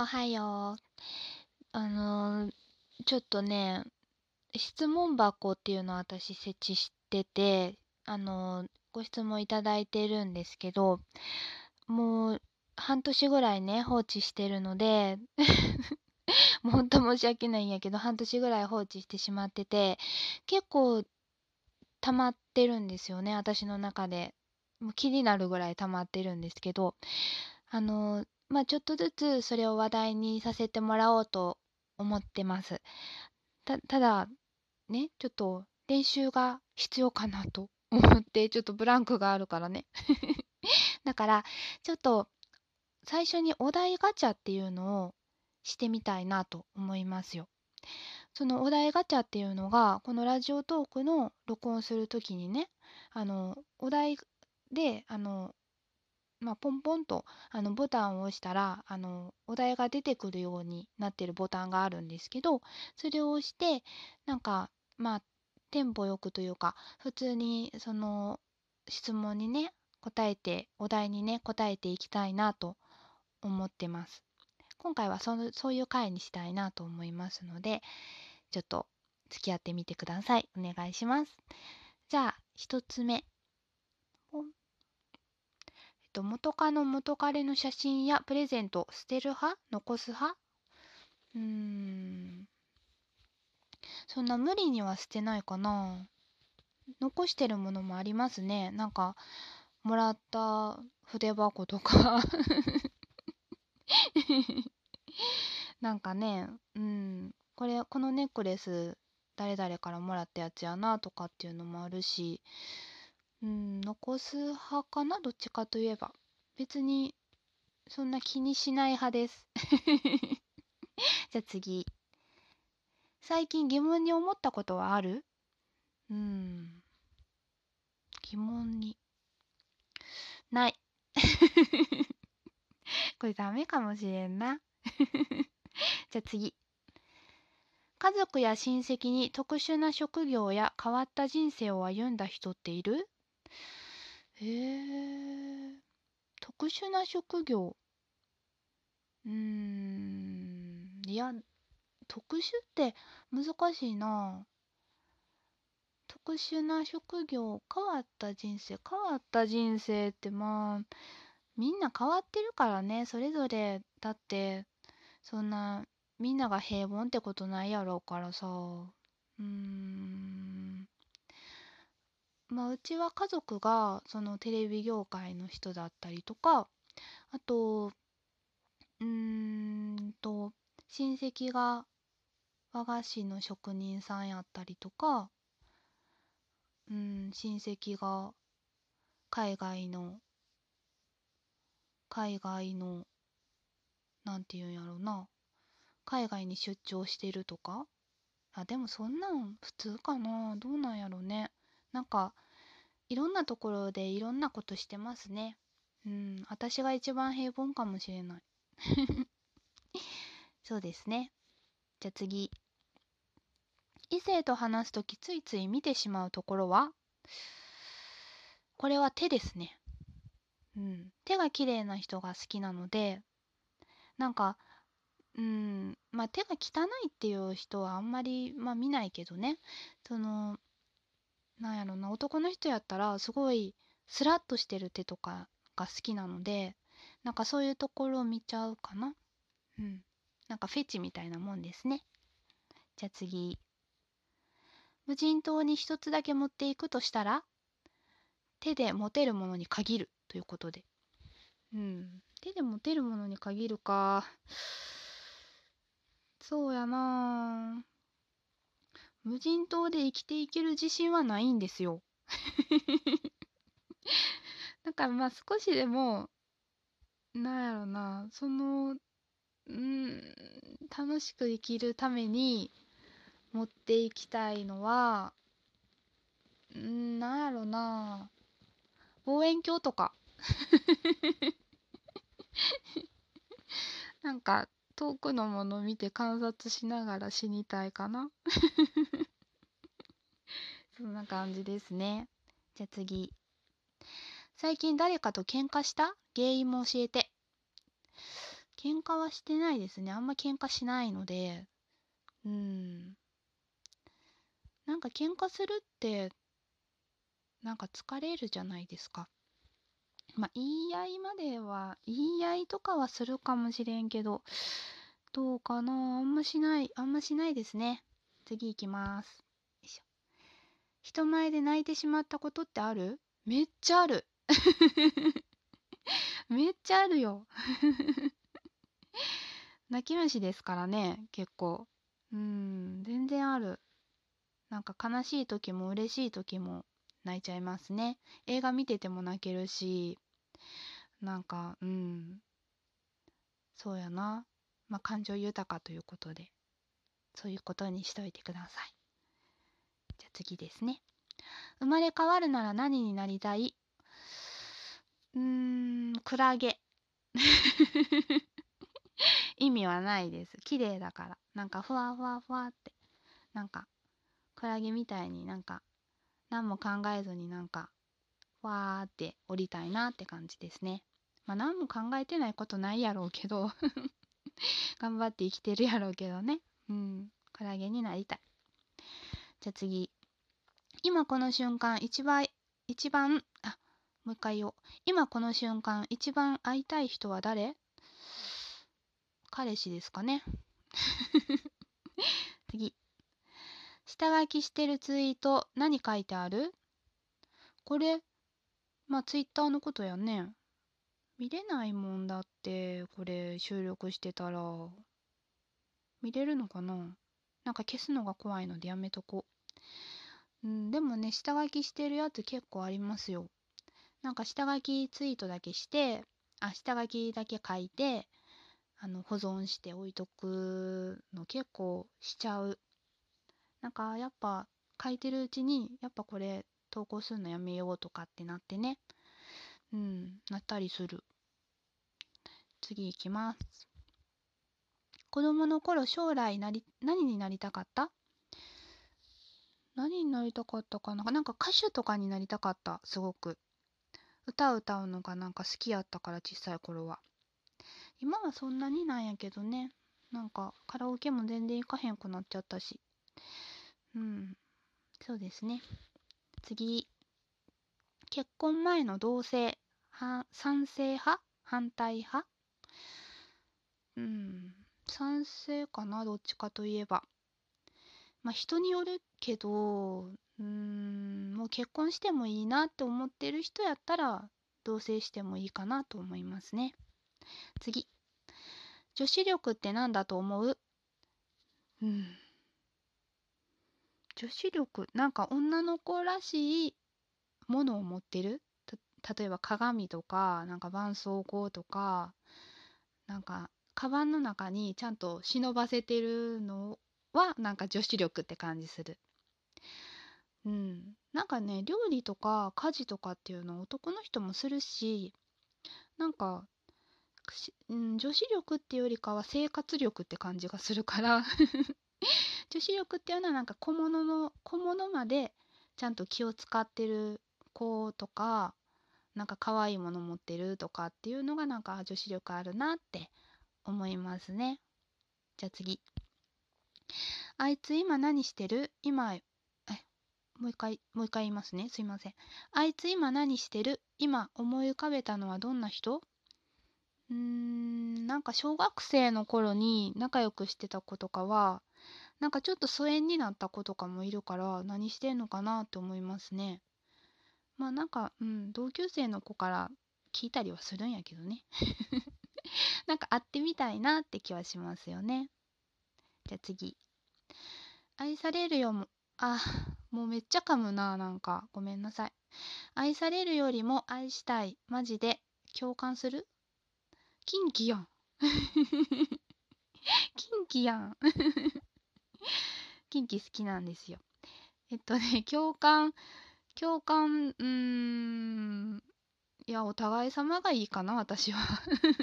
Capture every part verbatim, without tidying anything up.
おはよう。あのーちょっとね、質問箱っていうのを私設置してて、あのーご質問いただいてるんですけど、もう半年ぐらいね、放置してるので、もうほんと申し訳ないんやけど、半年ぐらい放置してしまってて、結構溜まってるんですよね、私の中で。もう気になるぐらい溜まってるんですけど、あの、まあ、ちょっとずつそれを話題にさせてもらおうと思ってます。たただ、ね、ちょっと練習が必要かなと思って、ちょっとブランクがあるからね。だから、ちょっと最初にお題ガチャっていうのをしてみたいなと思いますよ。そのお題ガチャっていうのが、このラジオトークの録音するときにね、あの、お題で、あの、まあ、ポンポンとあのボタンを押したらあのお題が出てくるようになってるボタンがあるんですけど、それを押してなんかまあテンポよくというか普通にその質問にね答えてお題にね答えていきたいなと思ってます。今回はそのそういう回にしたいなと思いますので、ちょっと付き合ってみてください。お願いします。じゃあ一つ目。えっと、元カノ元彼の写真やプレゼント捨てる派残す派。うーんそんな無理には捨てないかな。残してるものもありますね。なんかもらった筆箱とかなんかね、うんこれこのネックレス誰々からもらったやつやなとかっていうのもあるし、うん残す派かな、どっちかといえば。別にそんな気にしない派ですじゃあ次。最近疑問に思ったことはある？うーん、疑問に。ない。これダメかもしれんな。じゃあ次。家族や親戚に特殊な職業や変わった人生を歩んだ人っている？へえ、特殊な職業。うーん、いや、特殊って難しいな。特殊な職業、変わった人生、変わった人生ってまあ、みんな変わってるからね、それぞれ。だって、そんな、みんなが平凡ってことないやろうからさ。うーん。まあ、うちは家族が、そのテレビ業界の人だったりとか、あと、うーんと、親戚が和菓子の職人さんやったりとか、うん、親戚が海外の、海外の、なんていうんやろうな、海外に出張してるとか。あ、でもそんなん普通かな。どうなんやろね。なんか、いろんなところでいろんなことしてますね。うん、私が一番平凡かもしれない。そうですね。じゃあ次。異性と話すときついつい見てしまうところは？これは手ですね。うん。手が綺麗な人が好きなので、なんか、うん、まあ手が汚いっていう人はあんまり、まあ見ないけどね。その、なんやろな、男の人やったらすごいスラッとしてる手とかが好きなので、なんかそういうところを見ちゃうかな。うん。なんかフェチみたいなもんですね。じゃあ次。無人島に一つだけ持っていくとしたら、手で持てるものに限るということで。うん。手で持てるものに限るか。そうやな。無人島で生きていける自信はないんですよ。だからまあ少しでも、なんやろな、その、うん、楽しく生きるために持っていきたいのは、うん、なんやろな、望遠鏡とか。なんか遠くのものを見て観察しながら死にたいかな。そんな感じですね。じゃあ次。最近誰かと喧嘩した原因も教えて。 喧嘩はしてないですね。あんま喧嘩しないので。うん。なんか喧嘩するって、なんか疲れるじゃないですか。まあ、言い合いまでは、言い合いとかはするかもしれんけど、どうかな。あんましない、あんましないですね。次行きます。よいしょ。人前で泣いてしまったことってある？めっちゃある。めっちゃあるよ。泣き虫ですからね、結構。うん、全然ある。なんか悲しい時も嬉しい時も泣いちゃいますね。映画見てても泣けるし、なんか、うん、そうやな。まあ、感情豊かということで、そういうことにしといてください。じゃあ次ですね。生まれ変わるなら何になりたい？うーん、クラゲ。意味はないです。綺麗だから。なんかふわふわふわって。なんか、クラゲみたいになんか、何も考えずになんか、わーって降りたいなって感じですね。まあ何も考えてないことないやろうけど頑張って生きてるやろうけどね。うん。クラゲになりたい。じゃあ次。今この瞬間一番、一番、あ、もう一回言おう。今この瞬間一番会いたい人は誰？彼氏ですかね。次。下書きしてるツイート何書いてある？これ、まあツイッターのことやね。見れないもんだって、これ収録してたら。見れるのかな？なんか消すのが怖いのでやめとこう。うん、でもね、下書きしてるやつ結構ありますよ。なんか下書きツイートだけして、あ、下書きだけ書いて、あの、保存して置いとくの結構しちゃう。なんかやっぱ書いてるうちに、やっぱこれ投稿するのやめようとかってなってね。うん、なったりする。次行きます。子供の頃将来なり、何になりたかった？何になりたかったかな。なんか歌手とかになりたかった。すごく。歌歌うのがなんか好きやったから小さい頃は。今はそんなになんやけどね。なんかカラオケも全然行かへんくなっちゃったし。うん。そうですね。次。結婚前の同性。は、賛成派？反対派？うん。賛成かな、どっちかといえば。まあ人によるけど、うーん、もう結婚してもいいなって思ってる人やったら、同棲してもいいかなと思いますね。次。女子力って何だと思う？うん。女子力、なんか女の子らしいものを持ってる。た例えば鏡とか、なんか絆創膏とか、なんか、カバンの中にちゃんと忍ばせてるのは、なんか女子力って感じする。うん。なんかね、料理とか家事とかっていうのを男の人もするし、なんか、しうん、女子力っていうよりかは生活力って感じがするから女子力っていうのはなんか小物の、小物までちゃんと気を使ってる子とか、なんか可愛いもの持ってるとかっていうのがなんか女子力あるなって思いますね。じゃあ次。あいつ今何してる？今、え、もう一回、もう一回言いますね。すいません。あいつ今何してる？今思い浮かべたのはどんな人？うーん、なんか小学生の頃に仲良くしてた子とかは、なんかちょっと疎遠になった子とかもいるから、何してんのかなって思いますね。まあなんか、うん、同級生の子から聞いたりはするんやけどね。なんか会ってみたいなって気はしますよね。じゃあ次。愛されるよも、あ、もうめっちゃ噛むな、なんか。ごめんなさい。愛されるよりも愛したい。マジで。共感する？キンキやん。キンキやん。キンキ好きなんですよ。えっとね、共感、共感、うーん、いや、お互い様がいいかな、私は。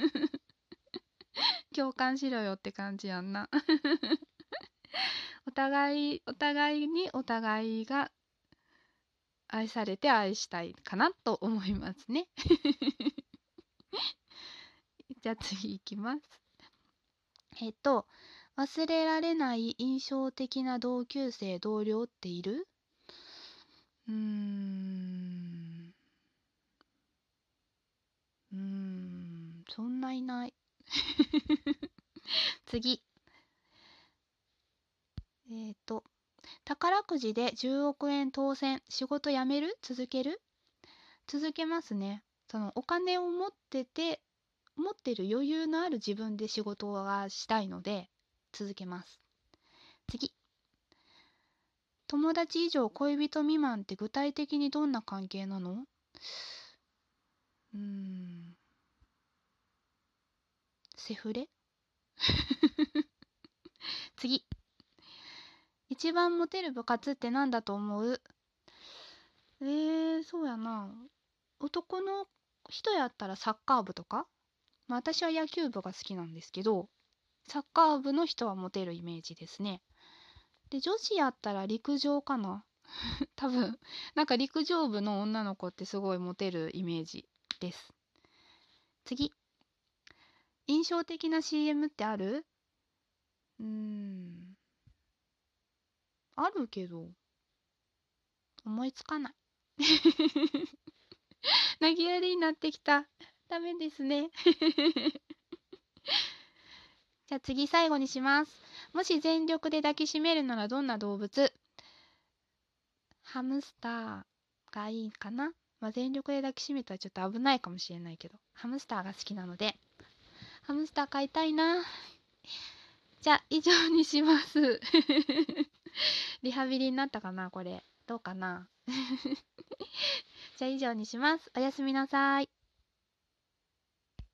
共感しろよって感じやんな。お互い、お互いにお互いが愛されて愛したいかなと思いますね。じゃあ次いきます。 えっと、忘れられない印象的な同級生、同僚っている？うーん、うーん、そんないない。次。えっと、宝くじでじゅうおくえん当選、仕事辞める？続ける？続けますね。そのお金を持ってて、持ってる余裕のある自分で仕事がしたいので、続けます。次。友達以上恋人未満って具体的にどんな関係なの？うーん、セフレ？次。一番モテる部活って何だと思う？えー、そうやな。男の人やったらサッカー部とか、まあ、私は野球部が好きなんですけど、サッカー部の人はモテるイメージですね。で、女子やったら陸上かな。多分、なんか陸上部の女の子ってすごいモテるイメージです。次。印象的な シーエム ってある？うーん、あるけど、思いつかない。投げやりになってきた。ダメですね。じゃあ次最後にします。もし全力で抱きしめるならどんな動物？ハムスターがいいかな。まあ、全力で抱きしめたらちょっと危ないかもしれないけど、ハムスターが好きなので、ハムスター飼いたいな。じゃあ以上にします。リハビリになったかなこれ。どうかな。じゃあ以上にします。おやすみなさい。